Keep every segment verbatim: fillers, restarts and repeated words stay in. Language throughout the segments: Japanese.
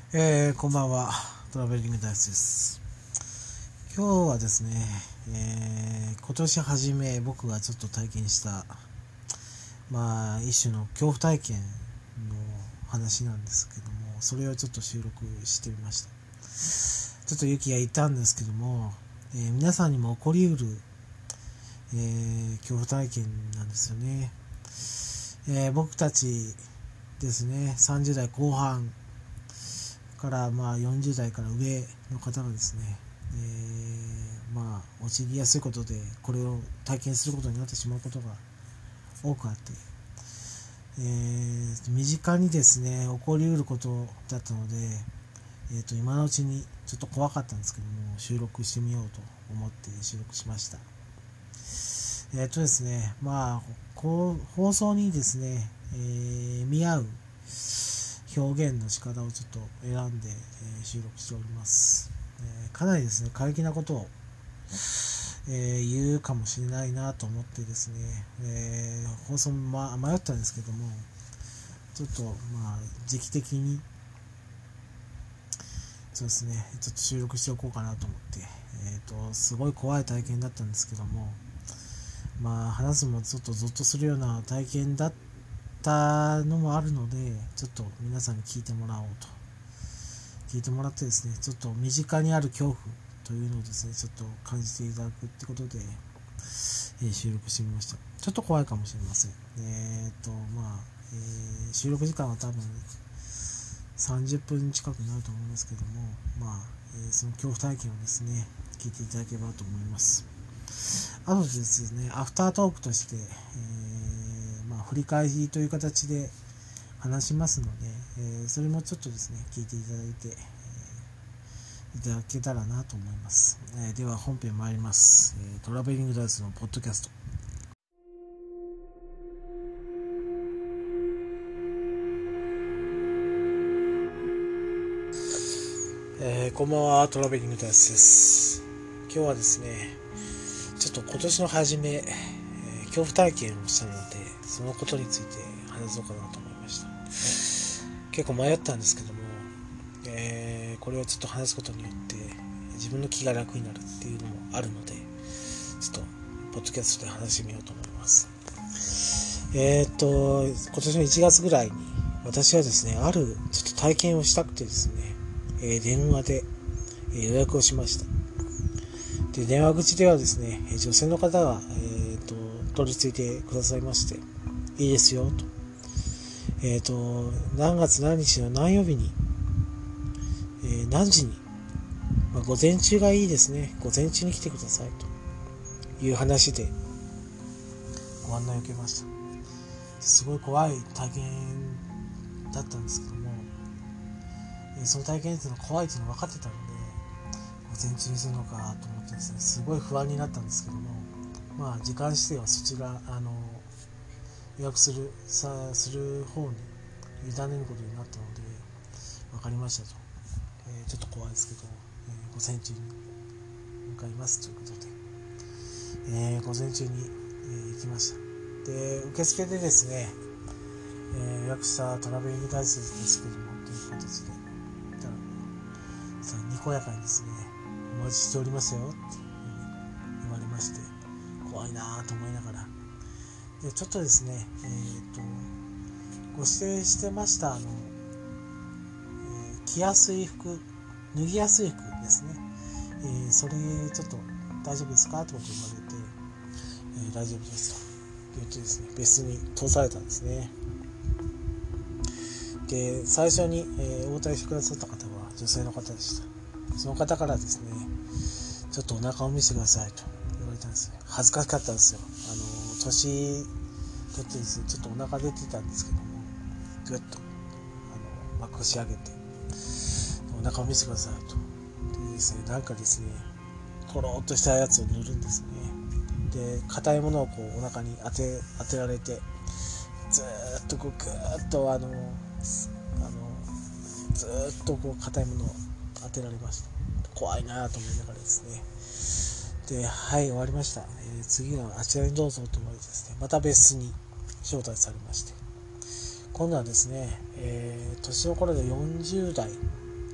えー、こんばんは。トラベリングダイスです。今日はですね、えー、今年初め僕がちょっと体験したまあ一種の恐怖体験の話なんですけども、それをちょっと収録してみました。ちょっと勇気がいたんですけども、えー、皆さんにも起こりうる、えー、恐怖体験なんですよね。えー、僕たちですね、さんじゅう代後半からまあよんじゅう代から上の方がですね、えー、まあ陥りやすいことでこれを体験することになってしまうことが多くあって、えー、身近にですね起こりうることだったので、えー、と今のうちにちょっと怖かったんですけども収録してみようと思って収録しました。えっ、ー、とですねまあこう放送にですね、えー、見合う表現の仕方をちょっと選んで、えー、収録しております。えー、かなりですね過激なことを、えー、言うかもしれないなと思ってですね、えー、放送も、ま、迷ったんですけどもちょっとまあ時期的にそうですねちょっと収録しておこうかなと思って、えー、とすごい怖い体験だったんですけども、まあ話すのもちょっとゾッとするような体験だったのもあるのでちょっと皆さんに聞いてもらおうと聞いてもらってですねちょっと身近にある恐怖というのをですねちょっと感じていただくってことで、えー、収録してみました。ちょっと怖いかもしれません。えー、っとまあ、えー、収録時間は多分さんじゅっぷん近くなると思いますけども、まあ、えー、その恐怖体験をですね聞いていただければと思います。あとですねアフタートークとして、えーまあ、振り返りという形で話しますので、えー、それもちょっとですね聞いていただいて、えー、いただけたらなと思います。えー、では本編参ります。えー、トラベリングダイスのポッドキャスト。えー、こんばんは。トラベリングダイスです。今日はですねちょっと今年の初め、えー、恐怖体験をしたのでそのことについて話そうかなと思いました。結構迷ったんですけども、えー、これをちょっと話すことによって自分の気が楽になるっていうのもあるのでちょっとポッドキャストで話してみようと思います。えー、っと今年のいちがつぐらいに私はですねあるちょっと体験をしたくてですね、えー、電話で予約をしました。で電話口ではですね女性の方が、えー、と取り付いてくださいまして、いいですよと、えー、と何月何日の何曜日に、えー、何時に、まあ、午前中がいいですね、午前中に来てくださいという話でご案内を受けました。すごい怖い体験だったんですけども、えー、その体験っていうのは怖いっていうの分かってたので午前中にするのかと思ってですねすごい不安になったんですけども、まあ時間指定はそちらあの予約するさする方に委ねることになったので分かりましたと、えー、ちょっと怖いですけど、えー、午前中に向かいますということで、えー、午前中に、えー、行きました。で受付でですね、えー、予約したトラベリングダイスですけどもという形で言ったらさにこやかにですねお待ちしておりますよって言われまして、怖いなと思いながらでちょっとですね、えー、とご指定してましたあの、えー、着やすい服脱ぎやすい服ですね、えー、それちょっと大丈夫ですかってことを言われて、えー、大丈夫ですと言ってですね別に通されたんですね。で最初に、えー、応対してくださった方は女性の方でした。その方からですねちょっとお腹を見せてくださいと言われたんですね。恥ずかしかったんですよ。あの年取ってですねちょっとお腹出てたんですけどもぐっとあのまくし上げてお腹を見せてくださいとでですねなんかですねとろっとしたやつを塗るんですね。で硬いものをこうお腹に当て当てられてずーっとこうぐーっとあのあのずーっとこう硬いものを当てられました。怖いなと思いながらですねではい終わりました、えー、次はあちらにどうぞと言われてですねまた別に招待されまして今度はですね、えー、年の頃でよんじゅう代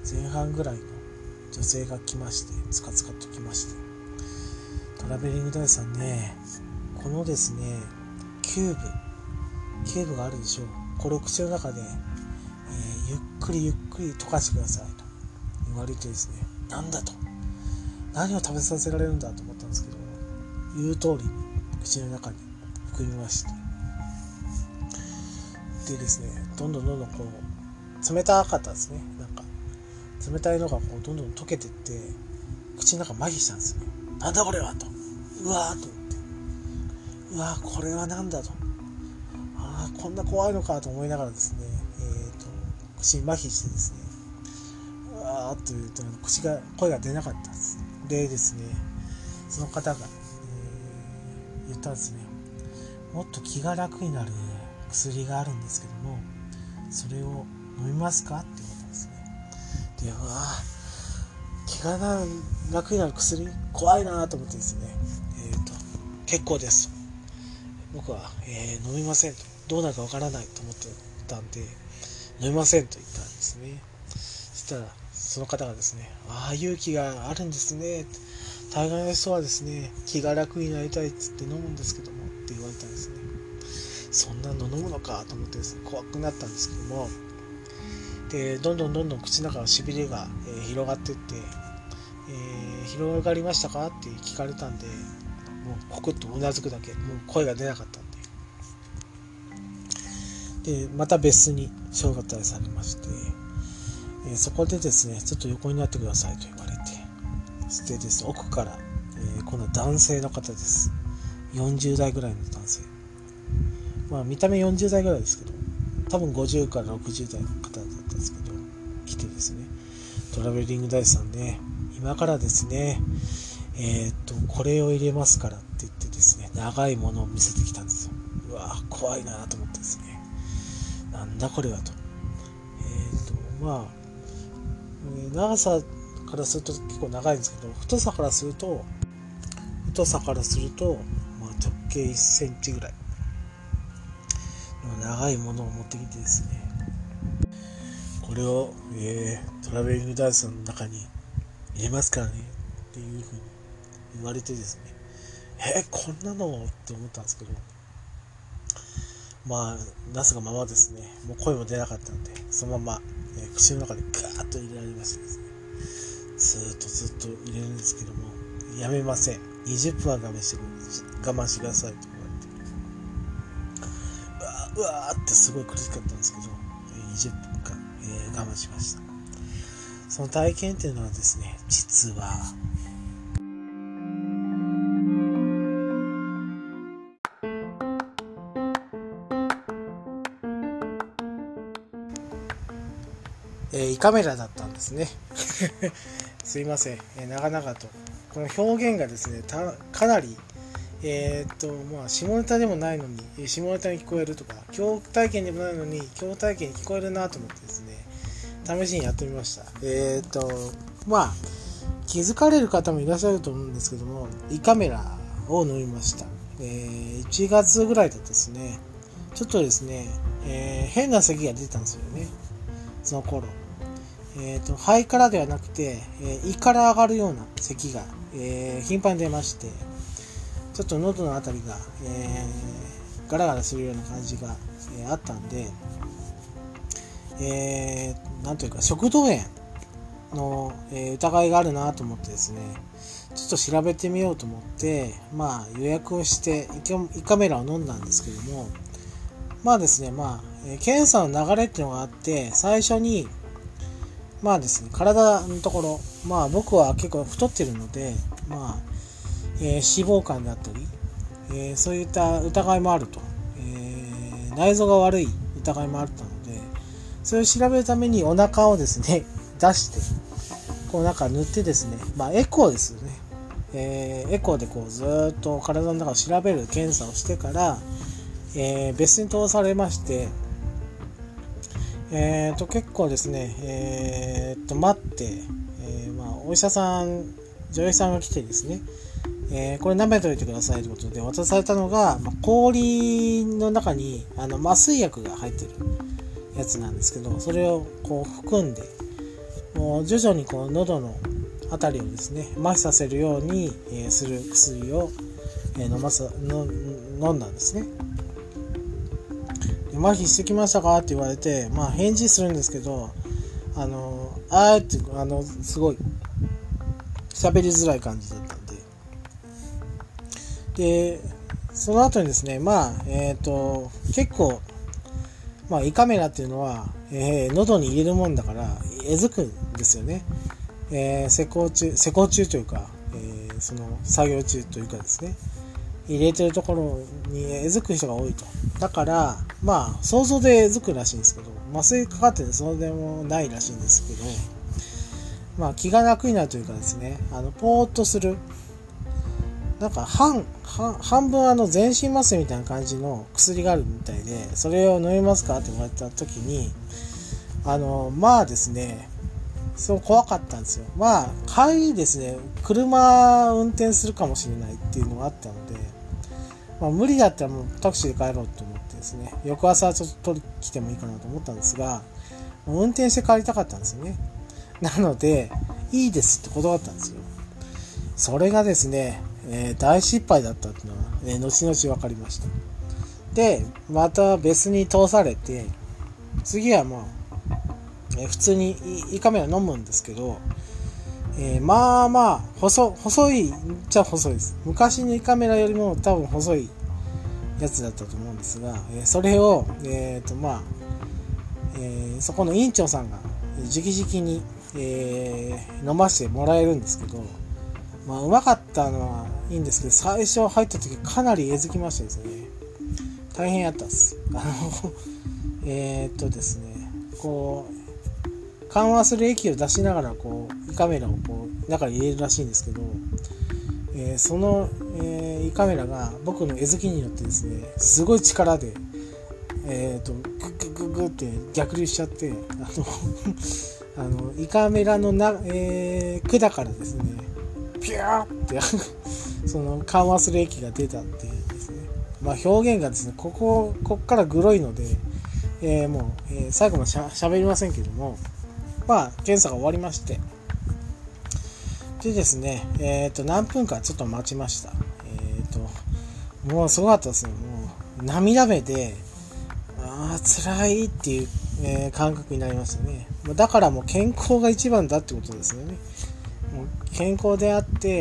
前半ぐらいの女性が来まして、つかつかと来まして、トラベリングダイさんね、このですねキューブキューブがあるでしょう。これを口の中で、えー、ゆっくりゆっくり溶かしてくださいと言われてですね、なんだと、何を食べさせられるんだと思ったんですけど、言う通りに口の中に含みまして、でですね、どんどんどんどんこう冷たかったですね。なんか冷たいのがこうどんどん溶けてって、口の中麻痺したんですね。なんだこれはと、うわーと思って、うわーこれはなんだと、あーこんな怖いのかと思いながらですね、えーと口麻痺してですね、うわーっと言うと口が声が出なかったんです。でですね、その方が、えー、言ったんですね。もっと気が楽になる薬があるんですけども、それを飲みますかって言われたんですね。で、うわー気が楽になる薬怖いなと思ってですね、えーと結構です僕は、えー、飲みませんと、どうなるかわからないと思ってたんで飲みませんと言ったんですね。そしたらその方がですね、ああ勇気があるんですね、大概の人はですね気が楽になりたいっつって飲むんですけどもって言われたんですね。そんなの飲むのかと思ってですね、怖くなったんですけども、でどんどんどんどん口の中のしびれが、えー、広がっていって、えー、広がりましたかって聞かれたんで、もうコクッとうなずくだけ、もう声が出なかったんで、でまた別に招待されまして、えー、そこでですねちょっと横になってくださいと言われて、そしてですね奥から、えー、今度は男性の方です。よんじゅう代ぐらいの男性、まあ見た目よんじゅう代ぐらいですけど、多分ごじゅうからろくじゅう代の方だったんですけど、来てですね、トラベリングダイスさんね、今からですね、えー、っとこれを入れますからって言ってですね、長いものを見せてきたんですよ。うわー怖いなと思ってですね、なんだこれはと、えー、っとまあ長さからすると結構長いんですけど、太さからすると太さからすると、まあ、直径いっセンチぐらい長いものを持ってきてですね、これを、えー、トラベリングダイスの中に入れますからねっていうふうに言われてですね、えー、こんなのって思ったんですけど、まあなすがままですね、もう声も出なかったのでそのまま、えー、口の中でガーッと入れられましてですね、ずっとずっと入れるんですけども、やめません、にじゅっぷんは我慢して我慢してくださいと言われて、うわーってすごい苦しかったんですけど、にじゅっぷんかん、えー、我慢しました。その体験っていうのはですね、実はえー、胃カメラだったんですねすいません、えー、長々とこの表現がですね、たかなりえー、っとまあ下ネタでもないのに下ネタに聞こえるとか、恐怖体験でもないのに恐怖体験に聞こえるなと思ってですね、試しにやってみました。えー、っとまあ気づかれる方もいらっしゃると思うんですけども、胃カメラを飲みました。えー、いちがつぐらいでですね、ちょっとですね、えー、変な咳が出たんですよね、その頃。えー、と肺からではなくて、えー、胃から上がるような咳が、えー、頻繁に出まして、ちょっと喉のあたりが、えー、ガラガラするような感じが、えー、あったんで、えー、なんというか食道炎の、えー、疑いがあるなと思ってですね、ちょっと調べてみようと思って、まあ予約をして胃カメラを飲んだんですけども、まあですね、まあ、えー、検査の流れっていうのがあって、最初にまあですね、体のところ、まあ僕は結構太ってるので、まあ、えー、脂肪肝であったり、えー、そういった疑いもあると、えー、内臓が悪い疑いもあったので、それを調べるためにお腹をですね出して、こうなんか塗ってですね、まあエコーですよね、えー、エコーでこうずーっと体の中を調べる検査をしてから、えー、別に通されまして、えー、と結構ですね、えー、と待って、えーまあ、お医者さん女優さんが来てですね、えー、これ舐めておいてくださいということで渡されたのが、まあ、氷の中にあの麻酔薬が入ってるやつなんですけど、それをこう含んで、 徐々にこう喉のあたりをですね麻痺させるように、えー、する薬を、えー、飲まさの飲んだんですね。で麻痺してきましたかって言われて、まあ返事するんですけど、あのあーってあのすごい喋りづらい感じだったんで、でその後にですね、まあえっと結構まあ胃カメラっていうのは、えー、喉に入れるもんだからえずくんですよね。えー、施工中施工中というか、えー、その作業中というかですね、入れてるところにえずく人が多いと。だからまあ想像でえずくらしいんですけど、麻酔かかっててそうでもないらしいんですけど、まあ気が楽になるというかですね、あのポーっとする、なんか半半半分あの全身麻酔みたいな感じの薬があるみたいで、それを飲みますかって言われた時に、あのまあですね、そう怖かったんですよ。まあ帰りですね、車運転するかもしれないっていうのがあったので、まあ、無理だったらもうタクシーで帰ろうと思ってですね、翌朝ちょっと取り来てもいいかなと思ったんですが、運転して帰りたかったんですよね。なのでいいですって断ったんですよ。それがですね、えー、大失敗だったっていうのは、えー、後々分かりました。でまた別に通されて、次はまあ、えー、普通に胃カメラ飲むんですけど、えー、まあまあ細細いじゃ細いです。昔の胃カメラよりも多分細いやつだったと思うんですが、えー、それをえっとまあ、えー、そこの院長さんが直々に、えー、飲ませてもらえるんですけど、まあうまかったのはいいんですけど、最初入った時かなりえずきましてですね、大変やったっす。あのえー、っとですねこう緩和する液を出しながらこう胃カメラをこう中に入れるらしいんですけど、えー、その、えー、胃カメラが僕のえずきによってですね、すごい力で、えー、とグッグッグッって逆流しちゃって、あのあの胃カメラのな、えー、管からですねピューってその緩和する液が出たっていうですね、まあ表現がですね、こここっからグロいので、えー、もう、えー、最後までしゃ喋りませんけども、まあ検査が終わりまして、でですね、えっと何分かちょっと待ちました。えっともうすごかったですね。もう涙目で、あー辛いっていう、えー、感覚になりましたね。だからもう健康が一番だってことですよね。もう健康であって、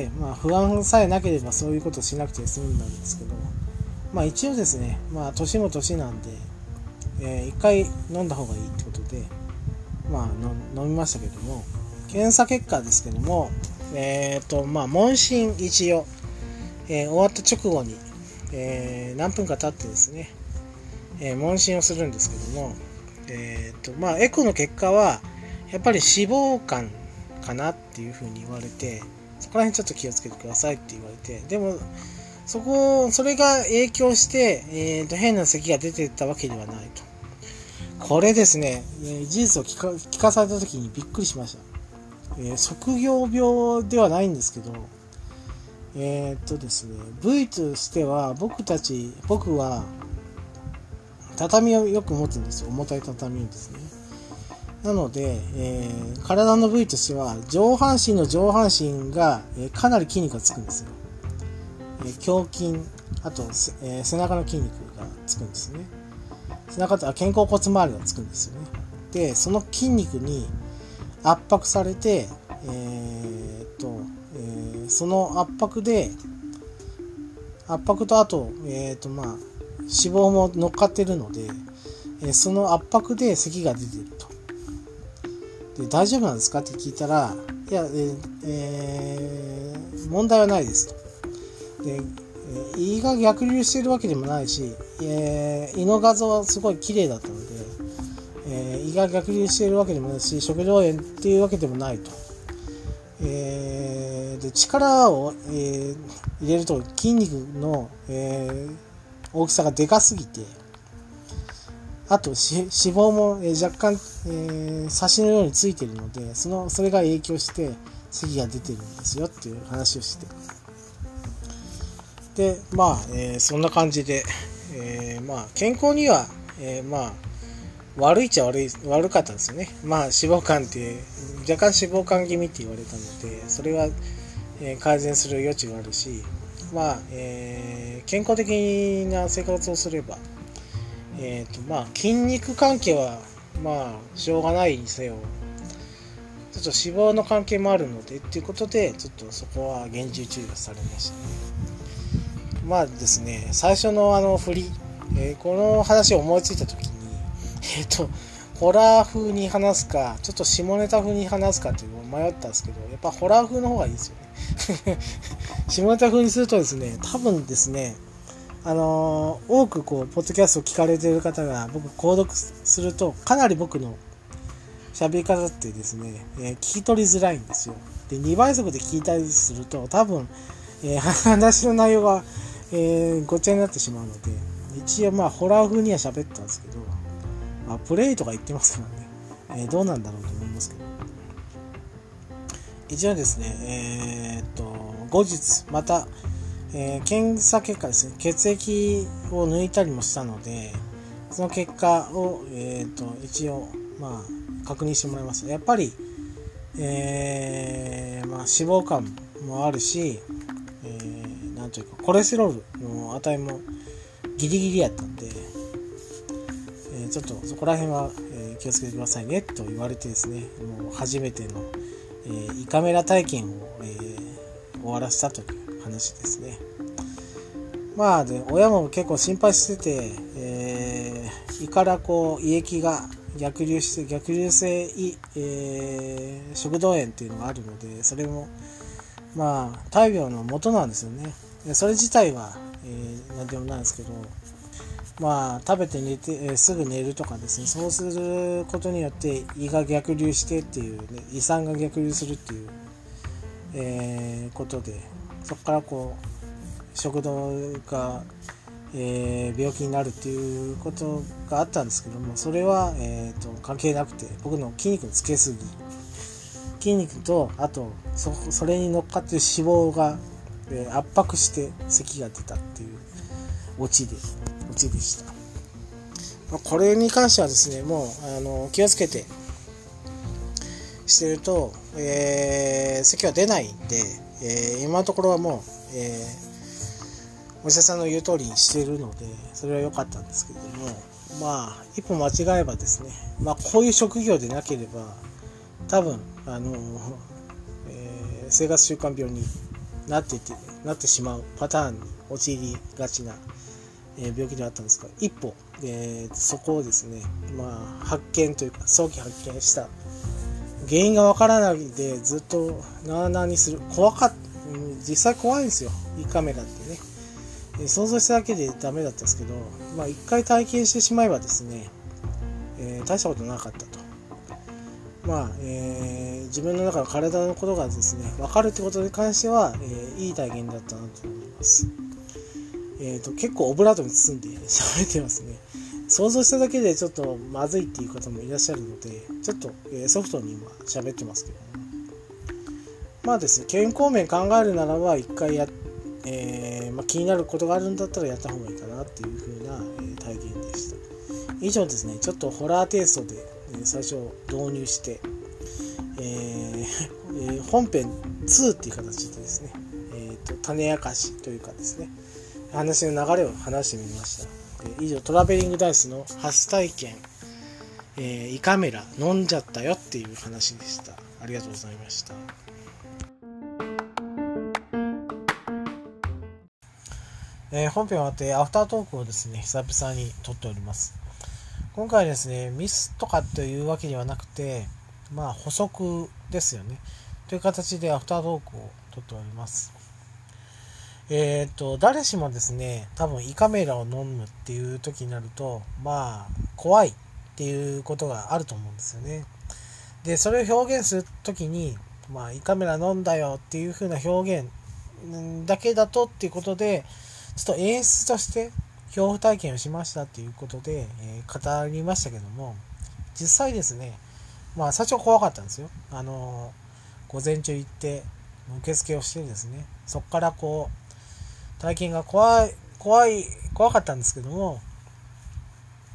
まあ、不安さえなければそういうことをしなくて済んだんですけど、まあ一応ですね、まあ年も年なんで、えー、一回飲んだ方がいいってことで、まあ飲みましたけども、検査結果ですけども、えっとまあ問診一応、えー、終わった直後に、えー、何分か経ってですね、えー、問診をするんですけども、えっとまあエコの結果はやっぱり脂肪肝かなっていう風に言われて、そこら辺ちょっと気をつけてくださいって言われて、でもそこそれが影響して、えー、と変な咳が出ていったわけではないと。これですね、事実を聞か、聞かされた時にびっくりしました。えー、職業病ではないんですけど、えー、っとですね、部位としては僕たち僕は畳をよく持つんですよ。重たい畳をですね。なので、えー、体の部位としては上半身の上半身が、えー、かなり筋肉がつくんですよ。えー、胸筋、あと、えー、背中の筋肉がつくんですね。背中と肩甲骨周りがつくんですよね。で、その筋肉に圧迫されて、えー、っと、えー、その圧迫で圧迫とあと、えー、っとまあ脂肪も乗っかってるので、えー、その圧迫で咳が出てると。で、大丈夫なんですかって聞いたら、いや、えーえー、問題はないですと。で、胃が逆流しているわけでもないし、えー、胃の画像はすごい綺麗だったので、えー、胃が逆流しているわけでもないし、食道炎っていうわけでもないと。えー、で力を、えー、入れると筋肉の、えー、大きさがでかすぎて、あと脂肪も、えー、若干、えー、サシのようについているので、そのそれが影響して咳が出てるんですよっていう話をして、でまあ、えー、そんな感じで、えー、まあ健康には、えー、まあ悪いっちゃ悪い、悪かったんですよね。まあ脂肪肝って若干脂肪肝気味って言われたので、それは、えー、改善する余地があるし、まあ、えー、健康的な生活をすれば、えーとまあ、筋肉関係はまあしょうがないにせよ、ちょっと脂肪の関係もあるのでっていうことで、ちょっとそこは厳重注意がされましたね。まあですね、最初のあの振り、えー、この話を思いついた時に、えっとホラー風に話すか、ちょっと下ネタ風に話すかっていうのを迷ったんですけど、やっぱホラー風の方がいいですよね。下ネタ風にするとですね、多分ですね、あのー、多くこうポッドキャストを聞かれている方が僕購読すると、かなり僕の喋り方ってですね、えー、聞き取りづらいんですよ。で、にばい速で聞いたりすると多分、えー、話の内容が、えー、ごっちゃになってしまうので、一応まあホラー風には喋ったんですけど、まあ、プレイとか言ってますからね、えー、どうなんだろうと思いますけど、一応ですね、えー、っと後日また、えー、検査結果ですね、血液を抜いたりもしたので、その結果を、えー、っと一応まあ確認してもらいます。やっぱり、えーまあ、脂肪肝もあるし、えー、なんというかコレステロールの値もギリギリやったんで、えー、ちょっとそこら辺は、えー、気をつけてくださいねと言われてですね、もう初めての、えー、胃カメラ体験を、えー、終わらせたという話ですね。まあで親も結構心配してて、えー、胃からこう胃液が逆流して逆流性胃、えー、食道炎っていうのがあるので、それもまあ大病の元なんですよね。それ自体は、えー、何でもないんですけど、まあ食べて寝て、えー、すぐ寝るとかですね、そうすることによって胃が逆流してっていう、ね、胃酸が逆流するっていう、えー、ことで、そこからこう食道が、えー、病気になるっていうことがあったんですけども、それは、えー、と関係なくて、僕の筋肉のつけすぎ、筋肉とあと そ, それに乗っかってる脂肪が、えー、圧迫して咳が出たっていうオチでオチでした。これに関してはですね、もうあの気をつけてしてると、えー、咳は出ないんで、えー、今のところはもう、えーお医者さんの言う通りにしているので、それは良かったんですけれども、まあ一歩間違えばですね、まあこういう職業でなければ多分あの、えー、生活習慣病になっててなってしまうパターンに陥りがちな、えー、病気であったんですが、一歩、えー、そこをですね、まあ発見というか早期発見した、原因がわからないでずっとなあなあにする、怖かっ実際怖いんですよ、胃カメラってね。想像しただけでダメだったんですけど、まあ一回体験してしまえばですね、えー、大したことなかったと。まあ、えー、自分の中の体のことがですね、分かるってことに関しては、えー、いい体験だったなと思います。えーと、結構オブラートに包んで喋ってますね。想像しただけでちょっとまずいっていう方もいらっしゃるので、ちょっと、えー、ソフトに今喋ってますけども、まあですね、健康面考えるならば一回やって、えーまあ、気になることがあるんだったらやった方がいいかなっていう風な、えー、体験でした。以上ですね、ちょっとホラーテイストで、えー、最初導入して、えーえー、本編ツーっていう形でですね、えーと、種明かしというかですね、話の流れを話してみました。えー、以上トラベリングダイスの初体験、えー、胃カメラ飲んじゃったよっていう話でした。ありがとうございました。えー、本編終わってアフタートークをですね、久々に撮っております。今回ですね、ミスとかというわけではなくて、まあ補足ですよね、という形でアフタートークを撮っております。えっと誰しもですね、多分胃カメラを飲むっていう時になると、まあ怖いっていうことがあると思うんですよね。でそれを表現する時に、まあ胃カメラ飲んだよっていう風な表現だけだとっていうことで、ちょっと演出として恐怖体験をしましたっていうことで、えー、語りましたけども、実際ですね、まあ最初怖かったんですよ。あのー、午前中行って受付をしてですね、そこからこう体験が怖い怖い怖かったんですけども、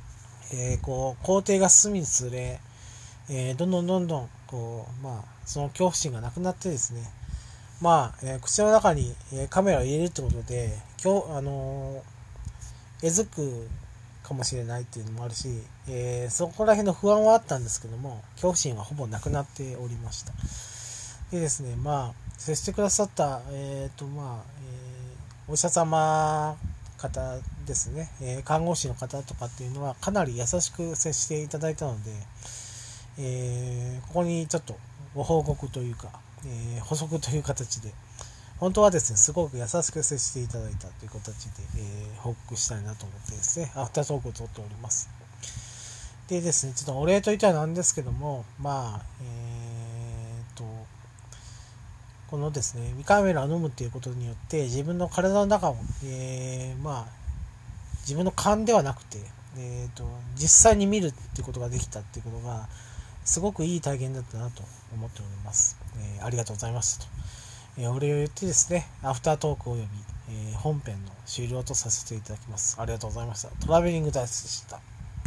えー、こう工程が進むにつれ、えー、どんどんどんどんこう、まあ、その恐怖心がなくなってですね、まあ、えー、口の中に、えー、カメラを入れるってことで、今日、あのー、えずくかもしれないっていうのもあるし、えー、そこら辺の不安はあったんですけども、恐怖心はほぼなくなっておりました。でですね、まあ、接してくださった、えっ、ー、と、まあ、えー、お医者様方ですね、えー、看護師の方とかっていうのはかなり優しく接していただいたので、えー、ここにちょっとご報告というか、えー、補足という形で、本当はですね、すごく優しく接していただいたという形で、えー、報告したいなと思ってですね、アフタートークを取っております。でですね、ちょっとお礼といってはなんですけども、まあ、えーと、このですね、胃カメラを飲むっていうことによって、自分の体の中を、えー、まあ、自分の勘ではなくて、えーと、実際に見るっていうことができたっていうことが、すごくいい体験だったなと思っております。えー、ありがとうございましたと。えー、お礼を言ってですね、アフタートークおよび、えー、本編の終了とさせていただきます。ありがとうございました。トラベリングダイスでした。